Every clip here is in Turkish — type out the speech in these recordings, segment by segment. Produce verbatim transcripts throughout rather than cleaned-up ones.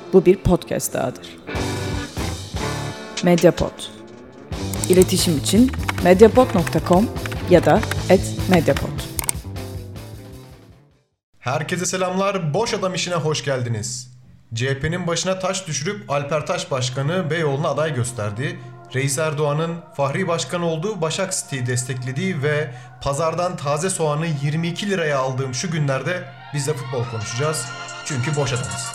bu bir podcast dahadır. Mediapod. İletişim için mediapod nokta com ya da et mediapod. Herkese selamlar. Boş Adam işine hoş geldiniz. C H P'nin başına taş düşürüp Alper Taş Başkanı Beyoğlu'na aday gösterdiği, Reis Erdoğan'ın Fahri Başkan olduğu Başak City'yi desteklediği ve pazardan taze soğanı yirmi iki liraya aldığım şu günlerde biz de futbol konuşacağız. Çünkü boş adamız.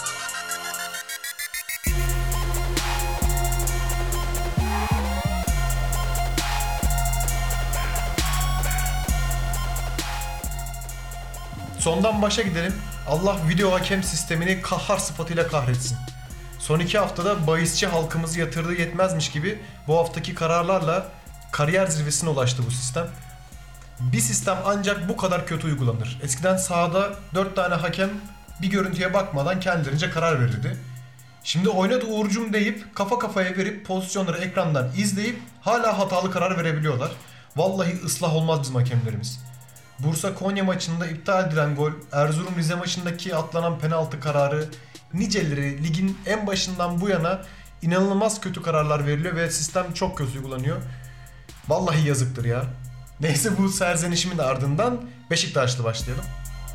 Sondan başa gidelim. Allah video hakem sistemini kahhar sıfatıyla kahretsin. Son iki haftada bahisçi halkımızı yatırdığı yetmezmiş gibi bu haftaki kararlarla kariyer zirvesine ulaştı bu sistem. Bir sistem ancak bu kadar kötü uygulanır. Eskiden sahada dört tane hakem bir görüntüye bakmadan kendilerince karar verirdi. Şimdi oynat Uğurcum deyip kafa kafaya verip pozisyonları ekrandan izleyip hala hatalı karar verebiliyorlar. Vallahi ıslah olmaz bizim hakemlerimiz. Bursa-Konya maçında iptal edilen gol, Erzurum-Rize maçındaki atlanan penaltı kararı, niceleri ligin en başından bu yana inanılmaz kötü kararlar veriliyor ve sistem çok kötü uygulanıyor. Vallahi yazıktır ya. Neyse, bu serzenişimin ardından Beşiktaş'la başlayalım.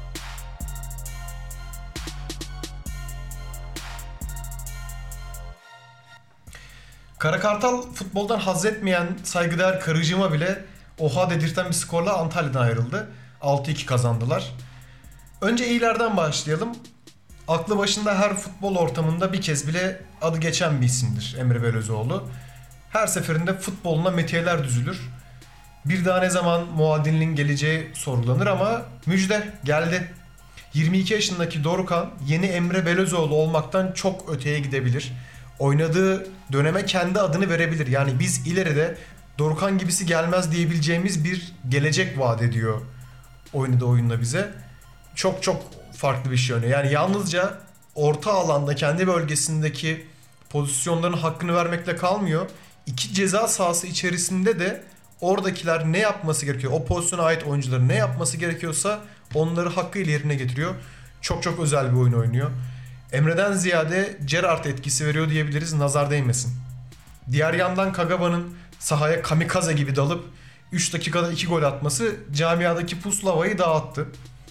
Kara Kartal futboldan haz etmeyen saygıdeğer karıcığıma bile oha dedirten bir skorla Antalya'dan ayrıldı. altı iki kazandılar. Önce iyilerden başlayalım. Aklı başında her futbol ortamında bir kez bile adı geçen bir isimdir Emre Belözoğlu. Her seferinde futboluna metiyeler düzülür. Bir daha ne zaman muadilinin geleceği sorulanır ama müjde geldi. yirmi iki yaşındaki Dorukhan yeni Emre Belözoğlu olmaktan çok öteye gidebilir. Oynadığı döneme kendi adını verebilir. Yani biz ileride Dorukhan gibisi gelmez diyebileceğimiz bir gelecek vaat ediyor oynadığı oyunla bize. Çok çok farklı bir şey oynuyor. Yani yalnızca orta alanda kendi bölgesindeki pozisyonların hakkını vermekle kalmıyor. İki ceza sahası içerisinde de oradakiler ne yapması gerekiyor, o pozisyona ait oyuncuların ne yapması gerekiyorsa onları hakkıyla yerine getiriyor. Çok çok özel bir oyun oynuyor. Emre'den ziyade Gerrard etkisi veriyor diyebiliriz, nazar değmesin. Diğer yandan Kagawa'nın sahaya kamikaze gibi dalıp üç dakikada iki gol atması camiadaki puslavayı dağıttı.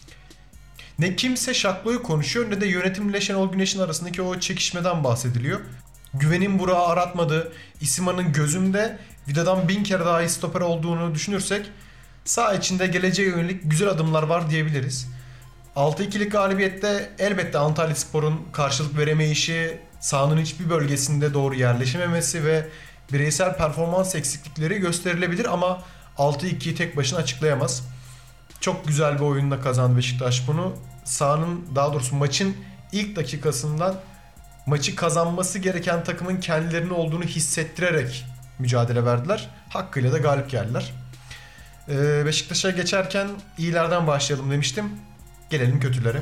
Ne kimse Şaklo'yu konuşuyor ne de yönetimle Şenol Güneş'in arasındaki o çekişmeden bahsediliyor. Güven'in Burak'ı aratmadığı, İsmail'in gözümde Vida'dan bin kere daha iyi stoper olduğunu düşünürsek saha içinde geleceğe yönelik güzel adımlar var diyebiliriz. altı ikilik galibiyette elbette Antalyaspor'un karşılık veremeyişi, sahanın hiçbir bölgesinde doğru yerleşememesi ve bireysel performans eksiklikleri gösterilebilir ama altı ikiyi tek başına açıklayamaz. Çok güzel bir oyunla kazandı Beşiktaş bunu. Sahanın, daha doğrusu maçın ilk dakikasından maçı kazanması gereken takımın kendilerinin olduğunu hissettirerek mücadele verdiler. Hakkıyla da galip geldiler. Ee, Beşiktaş'a geçerken iyilerden başlayalım demiştim. Gelelim kötülere.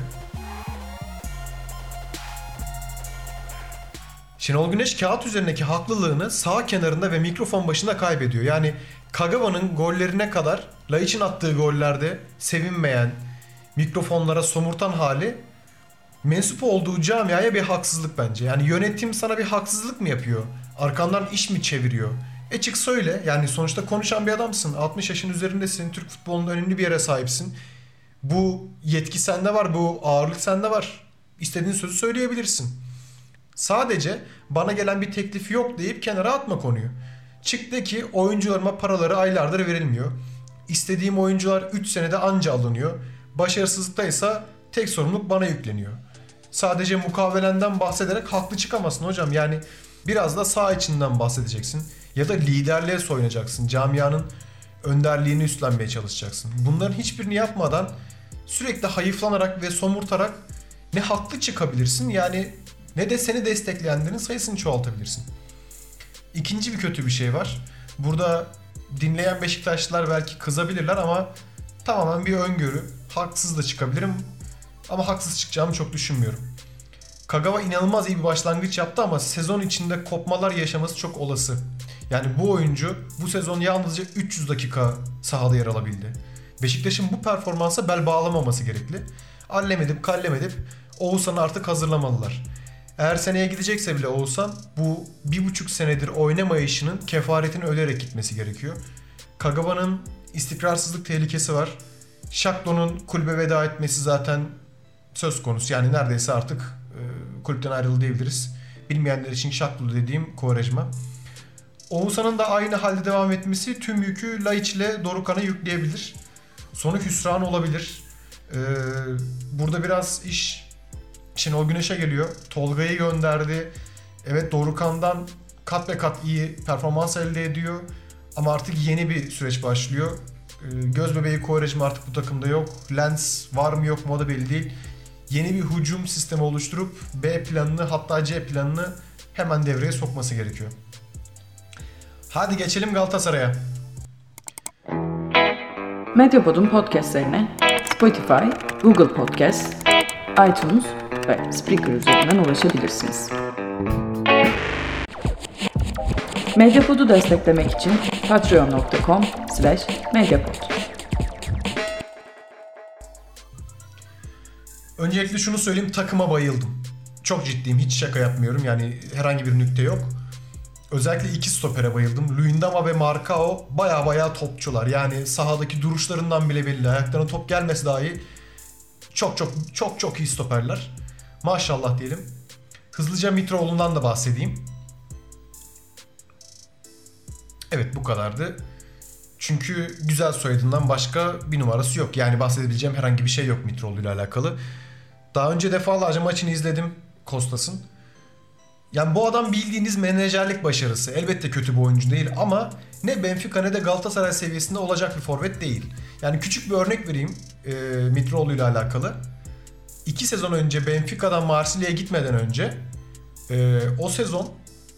Şenol Güneş kağıt üzerindeki haklılığını sağ kenarında ve mikrofon başında kaybediyor. Yani Kagawa'nın gollerine kadar Laiç'in attığı gollerde sevinmeyen, mikrofonlara somurtan hali mensup olduğu camiaya bir haksızlık bence. Yani yönetim sana bir haksızlık mı yapıyor? Arkandan iş mi çeviriyor? E çık söyle. Yani sonuçta konuşan bir adamsın. altmış yaşın üzerindesin. Türk futbolunda önemli bir yere sahipsin. Bu yetki sende var. Bu ağırlık sende var. İstediğin sözü söyleyebilirsin. Sadece bana gelen bir teklif yok deyip kenara atma konuyu. Çık de ki oyuncularıma paraları aylardır verilmiyor. İstediğim oyuncular üç senede anca alınıyor. Başarısızlıktaysa tek sorumluluk bana yükleniyor. Sadece mukavelenden bahsederek haklı çıkamazsın hocam. Yani biraz da saha içinden bahsedeceksin. Ya da liderliğe soyunacaksın. Camianın önderliğini üstlenmeye çalışacaksın. Bunların hiçbirini yapmadan sürekli hayıflanarak ve somurtarak ne haklı çıkabilirsin yani ne de seni destekleyenlerin sayısını çoğaltabilirsin. İkinci bir kötü bir şey var. Burada dinleyen Beşiktaşlılar belki kızabilirler ama tamamen bir öngörü. Haksız da çıkabilirim ama haksız çıkacağımı çok düşünmüyorum. Kagawa inanılmaz iyi bir başlangıç yaptı ama sezon içinde kopmalar yaşaması çok olası. Yani bu oyuncu bu sezon yalnızca üç yüz dakika sahada yer alabildi. Beşiktaş'ın bu performansa bel bağlamaması gerekli. Allem edip kallem edip Oğuzhan'ı artık hazırlamalılar. Eğer seneye gidecekse bile Oğuzhan bu bir buçuk senedir oynamayışının kefaretini ödeyerek gitmesi gerekiyor. Kagawa'nın istikrarsızlık tehlikesi var. Şaklo'nun kulübe veda etmesi zaten söz konusu. Yani neredeyse artık e, kulüpten ayrıldı diyebiliriz. Bilmeyenler için Şaklo dediğim Quaresma. Oğuzhan'ın da aynı halde devam etmesi tüm yükü Laiç ile Dorukhan'a yükleyebilir. Sonu hüsran olabilir. Ee, burada biraz iş Şenol Güneş'e geliyor. Tolga'yı gönderdi. Evet, Dorukhan'dan kat be kat iyi performans elde ediyor. Ama artık yeni bir süreç başlıyor. Ee, göz bebeği Quaresma artık bu takımda yok. Lens var mı yok mu o da belli değil. Yeni bir hücum sistemi oluşturup B planını hatta C planını hemen devreye sokması gerekiyor. Hadi geçelim Galatasaray'a. Medyapod'un podcastlerine Spotify, Google Podcast, iTunes ve Spreaker üzerinden ulaşabilirsiniz. Medyapod'u desteklemek için patreon nokta com slash medyapod. Öncelikle şunu söyleyeyim, takıma bayıldım. Çok ciddiyim, hiç şaka yapmıyorum, yani herhangi bir nükte yok. Özellikle iki stopere bayıldım. Luyendama ve Marcao baya baya topçular. Yani sahadaki duruşlarından bile belli. Ayaklarına top gelmesi dahi çok çok çok çok iyi stoperler. Maşallah diyelim. Hızlıca Mitroğlu'ndan da bahsedeyim. Evet, bu kadardı. Çünkü güzel soyadından başka bir numarası yok. Yani bahsedebileceğim herhangi bir şey yok Mitroğlu ile alakalı. Daha önce defalarca maçını izledim Kostas'ın. Yani bu adam bildiğiniz menajerlik başarısı. Elbette kötü bir oyuncu değil ama ne Benfica ne de Galatasaray seviyesinde olacak bir forvet değil. Yani küçük bir örnek vereyim e, Mitroğlu ile alakalı. İki sezon önce Benfica'dan Marsilya'ya gitmeden önce e, o sezon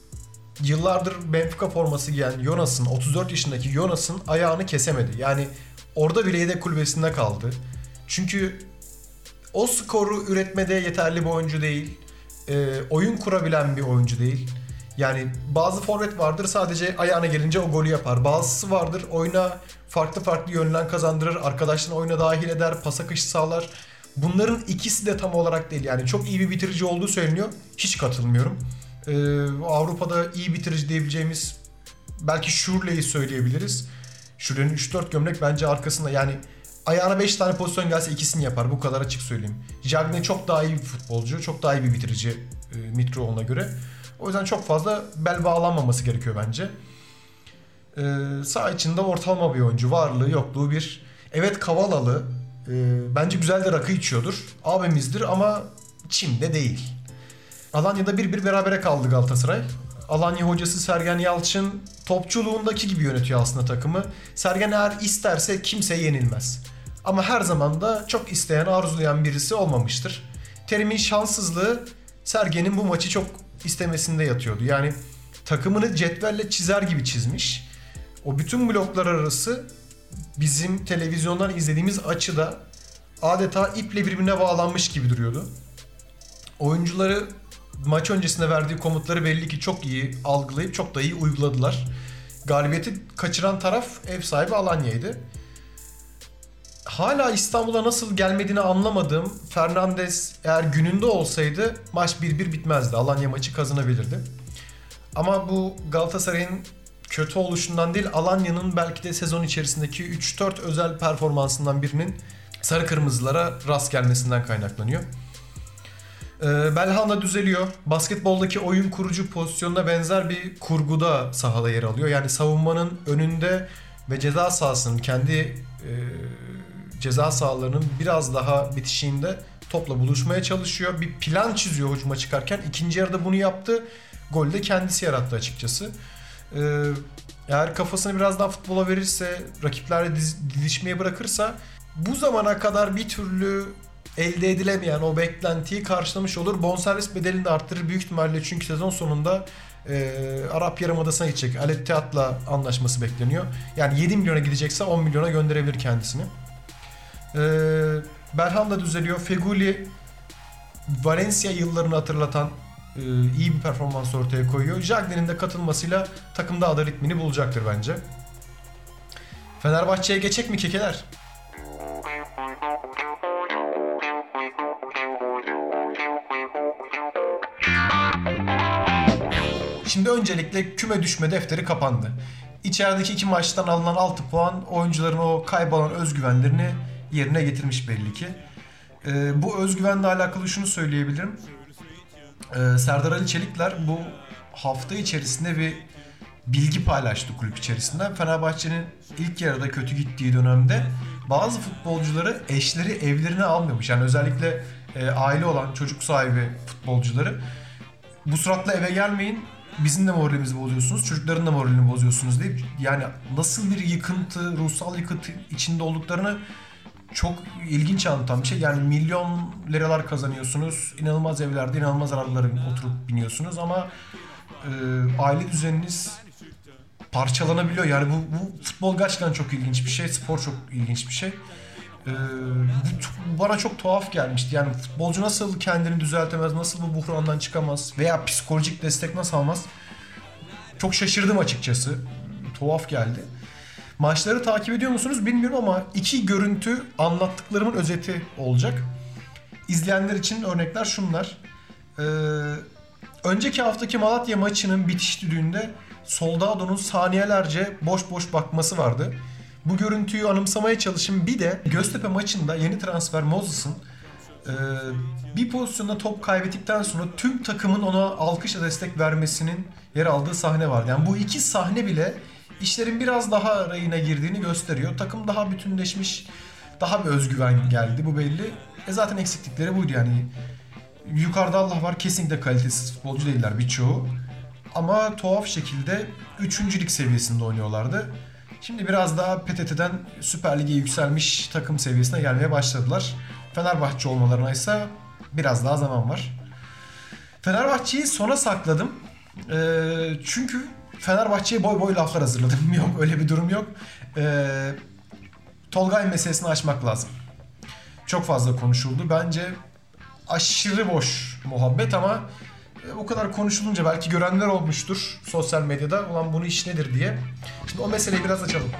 yıllardır Benfica forması giyen Jonas'ın, otuz dört yaşındaki Jonas'ın ayağını kesemedi. Yani orada bile yedek kulübesinde kaldı. Çünkü o skoru üretmede yeterli bir oyuncu değil. E, oyun kurabilen bir oyuncu değil. Yani bazı forvet vardır, sadece ayağına gelince o golü yapar. Bazısı vardır, oyuna farklı farklı yönlen kazandırır, arkadaşlarını oyuna dahil eder, pas akışı sağlar. Bunların ikisi de tam olarak değil. Yani çok iyi bir bitirici olduğu söyleniyor. Hiç katılmıyorum. Ee, Avrupa'da iyi bitirici diyebileceğimiz belki Şurle'yi söyleyebiliriz. Şurle'nin üç dört gömlek bence arkasında, yani ayağına beş tane pozisyon gelse ikisini yapar. Bu kadar açık söyleyeyim. Cagney çok daha iyi bir futbolcu, çok daha iyi bir bitirici e, Mitroğlu'na göre. O yüzden çok fazla bel bağlanmaması gerekiyor bence. Ee, sağ içinde ortalama bir oyuncu. Varlığı yokluğu bir. Evet, Kavalalı. Ee, bence güzel de rakı içiyordur. Abimizdir ama Çim'de değil. Alanya'da bir bir berabere kaldı Galatasaray. Alanya hocası Sergen Yalçın topçuluğundaki gibi yönetiyor aslında takımı. Sergen eğer isterse kimseye yenilmez. Ama her zaman da çok isteyen, arzulayan birisi olmamıştır. Terim'in şanssızlığı Sergen'in bu maçı çok istemesinde yatıyordu. Yani takımını cetvelle çizer gibi çizmiş. O bütün bloklar arası bizim televizyondan izlediğimiz açıda adeta iple birbirine bağlanmış gibi duruyordu. Oyuncuları maç öncesinde verdiği komutları belli ki çok iyi algılayıp çok da iyi uyguladılar. Galibiyeti kaçıran taraf ev sahibi Alanya'ydı. Hala İstanbul'a nasıl gelmediğini anlamadığım Fernandes eğer gününde olsaydı maç bir bir bitmezdi. Alanya maçı kazanabilirdi. Ama bu Galatasaray'ın kötü oluşundan değil, Alanya'nın belki de sezon içerisindeki üç dört özel performansından birinin sarı kırmızılara rast gelmesinden kaynaklanıyor. Ee, Belhanda düzeliyor. Basketboldaki oyun kurucu pozisyonuna benzer bir kurguda sahada yer alıyor. Yani savunmanın önünde ve ceza sahasının kendi e, ceza sahalarının biraz daha bitişiğinde topla buluşmaya çalışıyor. Bir plan çiziyor hücuma çıkarken. İkinci yarıda bunu yaptı. Golü de kendisi yarattı açıkçası. Ee, eğer kafasını biraz daha futbola verirse, rakiplerle diz, didişmeye bırakırsa bu zamana kadar bir türlü elde edilemeyen o beklentiyi karşılamış olur. Bonservis bedelini de arttırır büyük ihtimalle, çünkü sezon sonunda e, Arap Yarımadası'na gidecek. Al Ittihad'la anlaşması bekleniyor. Yani yedi milyona gidecekse on milyona gönderebilir kendisini. E, Belhanda düzeliyor. Feguli Valencia yıllarını hatırlatan e, iyi bir performans ortaya koyuyor. Cagney'in de katılmasıyla takım daha da ritmini bulacaktır bence. Fenerbahçe'ye geçecek mi kekeler? Şimdi öncelikle küme düşme defteri kapandı. İçerideki iki maçtan alınan altı puan oyuncuların o kaybolan özgüvenlerini yerine getirmiş belli ki. Ee, bu özgüvenle alakalı şunu söyleyebilirim. Ee, Serdar Ali Çelikler bu hafta içerisinde bir bilgi paylaştı kulüp içerisinde. Fenerbahçe'nin ilk yarıda kötü gittiği dönemde bazı futbolcuları eşleri evlerine almıyormuş. Yani özellikle e, aile olan çocuk sahibi futbolcuları bu suratla eve gelmeyin, bizim de moralimizi bozuyorsunuz, çocukların da moralini bozuyorsunuz deyip yani nasıl bir yıkıntı, ruhsal yıkıntı içinde olduklarını çok ilginç anlatan bir şey. Yani milyon liralar kazanıyorsunuz, inanılmaz evlerde inanılmaz arabalara oturup biniyorsunuz ama e, aile düzeniniz parçalanabiliyor. Yani bu, bu futbol gerçekten çok ilginç bir şey, spor çok ilginç bir şey. Ee, bu bana çok tuhaf gelmişti. Yani futbolcu nasıl kendini düzeltemez, nasıl bu buhrandan çıkamaz veya psikolojik destek nasıl almaz? Çok şaşırdım açıkçası. Tuhaf geldi. Maçları takip ediyor musunuz bilmiyorum ama iki görüntü anlattıklarımın özeti olacak. İzleyenler için örnekler şunlar. Ee, önceki haftaki Malatya maçının bitiş düdüğünde Soldado'nun saniyelerce boş boş bakması vardı. Bu görüntüyü anımsamaya çalışın. Bir de Göztepe maçında yeni transfer Moses'ın e, bir pozisyonda top kaybettikten sonra tüm takımın ona alkışla destek vermesinin yer aldığı sahne vardı. Yani bu iki sahne bile işlerin biraz daha rayına girdiğini gösteriyor. Takım daha bütünleşmiş, daha bir özgüven geldi, bu belli. E zaten eksiklikleri buydu yani. Yukarıda Allah var, kesinlikle kalitesiz futbolcu değiller birçoğu. Ama tuhaf şekilde üçüncü lig seviyesinde oynuyorlardı. Şimdi biraz daha P T T'den Süper Lig'e yükselmiş takım seviyesine gelmeye başladılar. Fenerbahçe olmalarına ise biraz daha zaman var. Fenerbahçe'yi sona sakladım. Ee, çünkü Fenerbahçe'ye boy boy laflar hazırladım. Yok, öyle bir durum yok. Ee, Tolgay meselesini açmak lazım. Çok fazla konuşuldu. Bence aşırı boş muhabbet ama o kadar konuşulunca belki görenler olmuştur sosyal medyada. Ulan bunu iş nedir diye. Şimdi o meseleyi biraz açalım.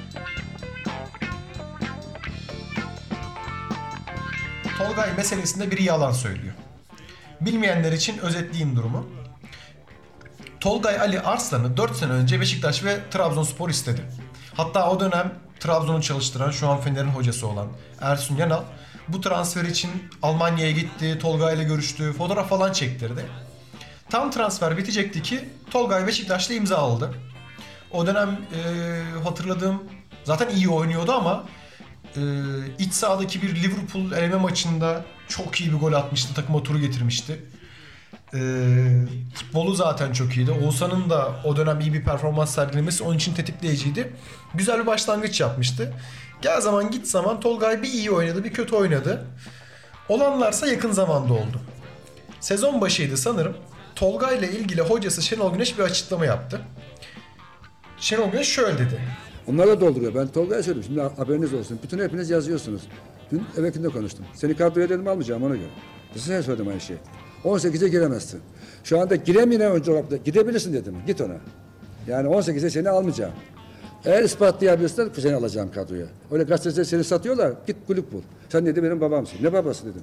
Tolgay meselesinde biri yalan söylüyor. Bilmeyenler için özetleyeyim durumu. Tolgay Ali Arslan'ı dört sene önce Beşiktaş ve Trabzonspor istedi. Hatta o dönem Trabzon'u çalıştıran, şu an Fener'in hocası olan Ersun Yanal bu transfer için Almanya'ya gitti, Tolgay ile görüştü, fotoğraf falan çektirdi. Tam transfer bitecekti ki Tolgay Beşiktaş'ta imza aldı. O dönem e, hatırladığım zaten iyi oynuyordu ama e, iç sahadaki bir Liverpool eleme maçında çok iyi bir gol atmıştı. Takıma turu getirmişti. E, futbolu zaten çok iyiydi. Oğuzhan'ın da o dönem iyi bir performans sergilemesi onun için tetikleyiciydi. Güzel bir başlangıç yapmıştı. Gel zaman git zaman Tolgay bir iyi oynadı, bir kötü oynadı. Olanlarsa yakın zamanda oldu. Sezon başıydı sanırım. Tolga ile ilgili hocası Şenol Güneş bir açıklama yaptı. Şenol Güneş şöyle dedi. Onlar da dolduruyor. Ben Tolga'ya söyledim. Şimdi haberiniz olsun. Bütün hepiniz yazıyorsunuz. Dün evvelkinde konuştum. Seni kadroya dedim almayacağım ona göre. Size söyledim aynı şeyi. on sekize giremezsin. Şu anda giremeyen oyuncu olarak da gidebilirsin dedim. Git ona. Yani on sekize seni almayacağım. Eğer ispatlayabilirsen seni alacağım kadroya. Öyle gazeteciler seni satıyorlar. Git kulüp bul. Sen dedi benim babamsın. Ne babası dedim.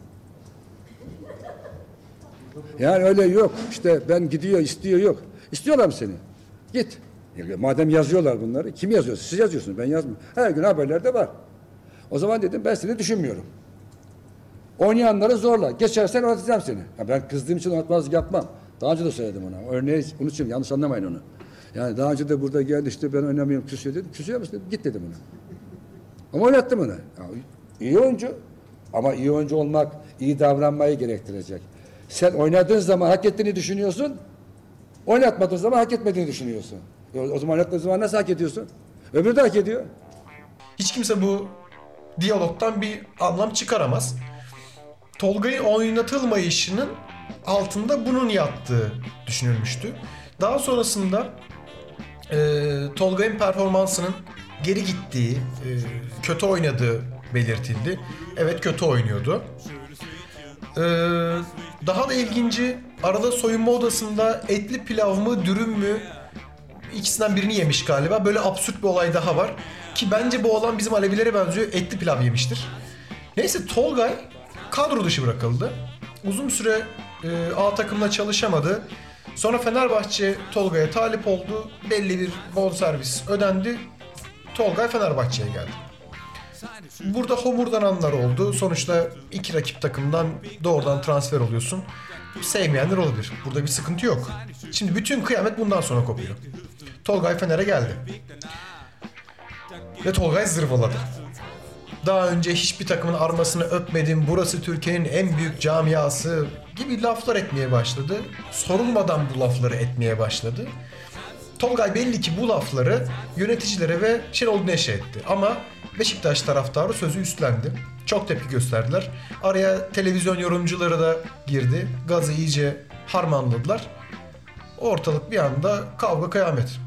Yani öyle yok. İşte ben gidiyor, istiyor yok. İstiyorlar mı seni? Git. Madem yazıyorlar bunları. Kim yazıyor? Siz yazıyorsunuz. Ben yazmıyorum. Her gün haberlerde var. O zaman dedim ben seni düşünmüyorum. Oynayanları zorla. Geçersen oynatacağım seni. Ya ben kızdığım için oynatmazlık yapmam. Daha önce de söyledim ona. Örneği unutayım. Yanlış anlamayın onu. Yani daha önce de burada geldi işte ben oynamıyorum küsüyor dedim. Küsüyor musun dedim. Git dedim ona. Ama oynattım onu. Ya, iyi oyuncu. Ama iyi oyuncu olmak iyi davranmayı gerektirecek. Sen oynadığın zaman hak ettiğini düşünüyorsun. Oynatmadığın zaman hak etmediğini düşünüyorsun. O zaman oynatmadığın zaman nasıl hak ediyorsun? Öbürü de hak ediyor. Hiç kimse bu diyalogtan bir anlam çıkaramaz. Tolga'yın oynatılmayışının altında bunun yattığı düşünülmüştü. Daha sonrasında e, Tolga'nın performansının geri gittiği, e, kötü oynadığı belirtildi. Evet, kötü oynuyordu. Ee, daha da ilginci, arada soyunma odasında etli pilav mı dürüm mü ikisinden birini yemiş galiba. Böyle absürt bir olay daha var. Ki bence bu olan bizim Alevilere benziyor. Etli pilav yemiştir. Neyse, Tolgay kadro dışı bırakıldı. Uzun süre e, A takımla çalışamadı. Sonra Fenerbahçe Tolga'ya talip oldu. Belli bir bonservis ödendi. Tolga Fenerbahçe'ye geldi. Burada homurdananlar oldu. Sonuçta iki rakip takımdan doğrudan transfer oluyorsun. Sevmeyenler olabilir. Burada bir sıkıntı yok. Şimdi bütün kıyamet bundan sonra kopuyor. Tolgay Fener'e geldi. Ve Tolgay zırvaladı. Daha önce hiçbir takımın armasını öpmedim, burası Türkiye'nin en büyük camiası gibi laflar etmeye başladı. Sorulmadan bu lafları etmeye başladı. Tolgay belli ki bu lafları yöneticilere ve Şenol Güneş'e etti. Ama Beşiktaş taraftarı sözü üstlendi. Çok tepki gösterdiler. Araya televizyon yorumcuları da girdi. Gazı iyice harmanladılar. Ortalık bir anda kavga kıyamet.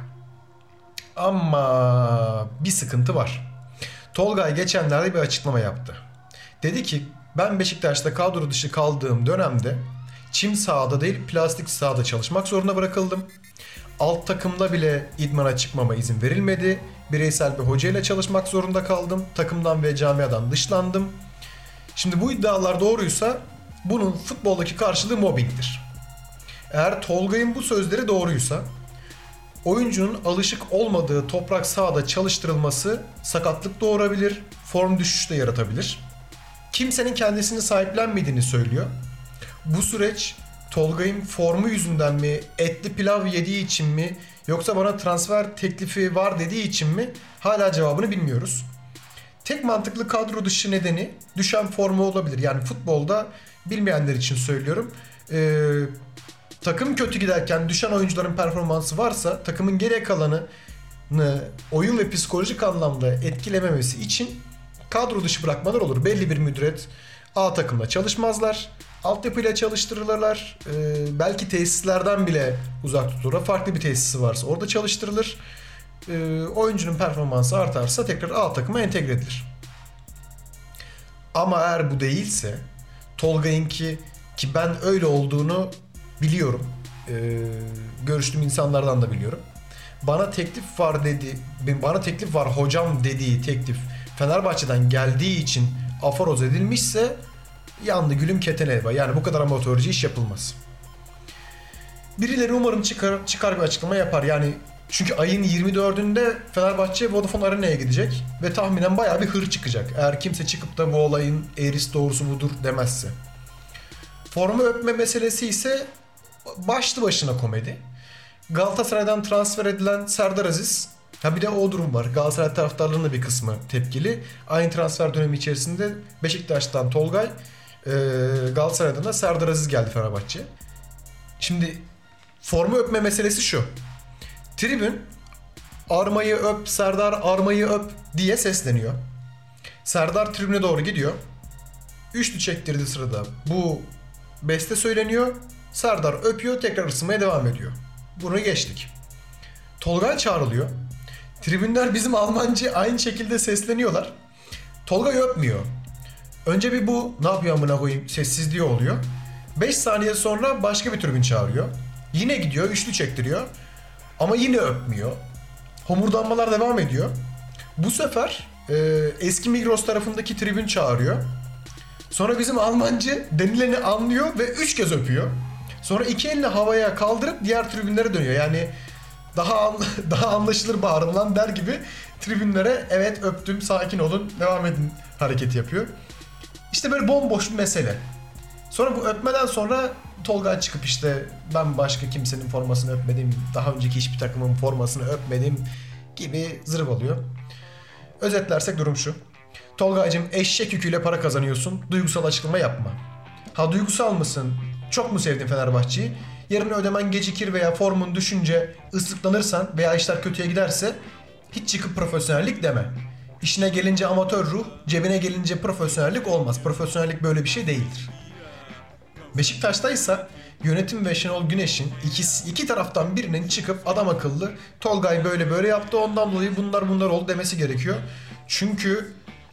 Ama bir sıkıntı var. Tolgay geçenlerde bir açıklama yaptı. Dedi ki ben Beşiktaş'ta kadro dışı kaldığım dönemde çim sahada değil plastik sahada çalışmak zorunda bırakıldım. Alt takımda bile idmana çıkmama izin verilmedi. Bireysel bir hocayla çalışmak zorunda kaldım. Takımdan ve camiadan dışlandım. Şimdi bu iddialar doğruysa bunun futboldaki karşılığı mobbingdir. Eğer Tolgay'ın bu sözleri doğruysa oyuncunun alışık olmadığı toprak sahada çalıştırılması sakatlık doğurabilir, form düşüşü de yaratabilir. Kimsenin kendisini sahiplenmediğini söylüyor. Bu süreç Tolgay'ın formu yüzünden mi, etli pilav yediği için mi, yoksa bana transfer teklifi var dediği için mi hala cevabını bilmiyoruz. Tek mantıklı kadro dışı nedeni düşen formu olabilir. Yani futbolda bilmeyenler için söylüyorum. Ee, takım kötü giderken düşen oyuncuların performansı varsa takımın geriye kalanını oyun ve psikolojik anlamda etkilememesi için kadro dışı bırakmalar olur. Belli bir müddet A takımla çalışmazlar. Altyapıyla çalıştırılırlar. Ee, belki tesislerden bile uzak tutulur. Farklı bir tesisi varsa orada çalıştırılır. Ee, oyuncunun performansı artarsa tekrar A takıma entegre edilir. Ama eğer bu değilse Tolga'nınki ki ben öyle olduğunu biliyorum. Ee, görüştüğüm insanlardan da biliyorum. Bana teklif var dedi. Bana teklif var hocam dediği teklif Fenerbahçe'den geldiği için aforoz edilmişse yandı gülüm ketene eva. Yani bu kadar amatörce iş yapılmaz. Birileri umarım çıkar, çıkar bir açıklama yapar. Yani çünkü ayın yirmi dördünde Fenerbahçe Vodafone Arena'ya gidecek ve tahminen bayağı bir hır çıkacak. Eğer kimse çıkıp da bu olayın eğrisi doğrusu budur demezse. Formu öpme meselesi ise başlı başına komedi. Galatasaray'dan transfer edilen Serdar Aziz, ha bir de o durum var. Galatasaray taraftarlarının da bir kısmı tepkili. Aynı transfer dönemi içerisinde Beşiktaş'tan Tolgay, Galatasaray'dan da Serdar Aziz geldi Fenerbahçe. Şimdi formu öpme meselesi şu. Tribün armayı öp Serdar, armayı öp diye sesleniyor. Serdar tribüne doğru gidiyor. Üçlü çektirdiği sırada bu beste söyleniyor. Serdar öpüyor, tekrar ısınmaya devam ediyor. Bunu geçtik. Tolgay çağrılıyor. Tribünler bizim Almancı aynı şekilde sesleniyorlar. Tolgay öpmüyor. Önce bir bu ne yapıyor amına koyayım sessizliği oluyor. beş saniye sonra başka bir tribün çağırıyor. Yine gidiyor, üçlü çektiriyor. Ama yine öpmüyor. Homurdanmalar devam ediyor. Bu sefer e, eski Migros tarafındaki tribün çağırıyor. Sonra bizim Almancı denileni anlıyor ve üç kez öpüyor. Sonra iki elini havaya kaldırıp diğer tribünlere dönüyor. Yani daha an, daha anlaşılır bağırın lan der gibi tribünlere evet öptüm sakin olun devam edin hareketi yapıyor. İşte böyle bomboş bir mesele. Sonra bu öpmeden sonra Tolga çıkıp işte ben başka kimsenin formasını öpmedim, daha önceki hiçbir takımın formasını öpmedim gibi zırvalıyor. Özetlersek durum şu. Tolga'cığım eşek yüküyle para kazanıyorsun, duygusal açıklama yapma. Ha duygusal mısın? Çok mu sevdin Fenerbahçe'yi? Yarın ödemen gecikir veya formun düşünce ıslıklanırsan veya işler kötüye giderse hiç çıkıp profesyonellik deme. İşine gelince amatör ruh, cebine gelince profesyonellik olmaz. Profesyonellik böyle bir şey değildir. Beşiktaş'taysa yönetim ve Şenol Güneş'in ikisi, iki taraftan birinin çıkıp adam akıllı Tolgay böyle böyle yaptı ondan dolayı bunlar bunlar oldu demesi gerekiyor. Çünkü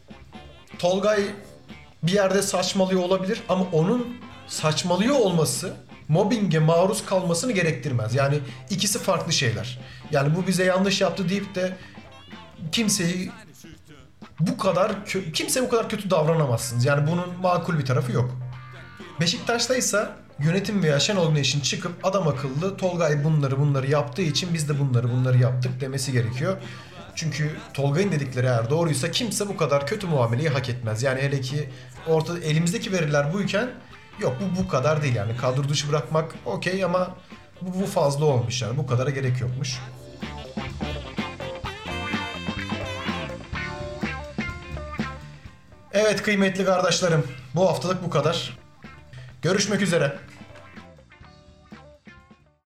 Tolgay bir yerde saçmalıyor olabilir ama onun saçmalıyor olması mobbinge maruz kalmasını gerektirmez. Yani ikisi farklı şeyler. Yani bu bize yanlış yaptı deyip de kimseyi bu kadar kimse bu kadar kötü davranamazsınız. Yani bunun makul bir tarafı yok. Beşiktaş'ta ise yönetim veya Şenol Güneş'in çıkıp adam akıllı Tolgay bunları bunları yaptığı için biz de bunları bunları yaptık demesi gerekiyor. Çünkü Tolgay'ın dedikleri eğer doğruysa kimse bu kadar kötü muameleyi hak etmez. Yani hele ki ortada elimizdeki veriler buyken yok bu bu kadar değil yani. Kadro dışı bırakmak okey ama bu, bu fazla olmuş yani. Bu kadara gerek yokmuş. Evet kıymetli kardeşlerim, bu haftalık bu kadar. Görüşmek üzere.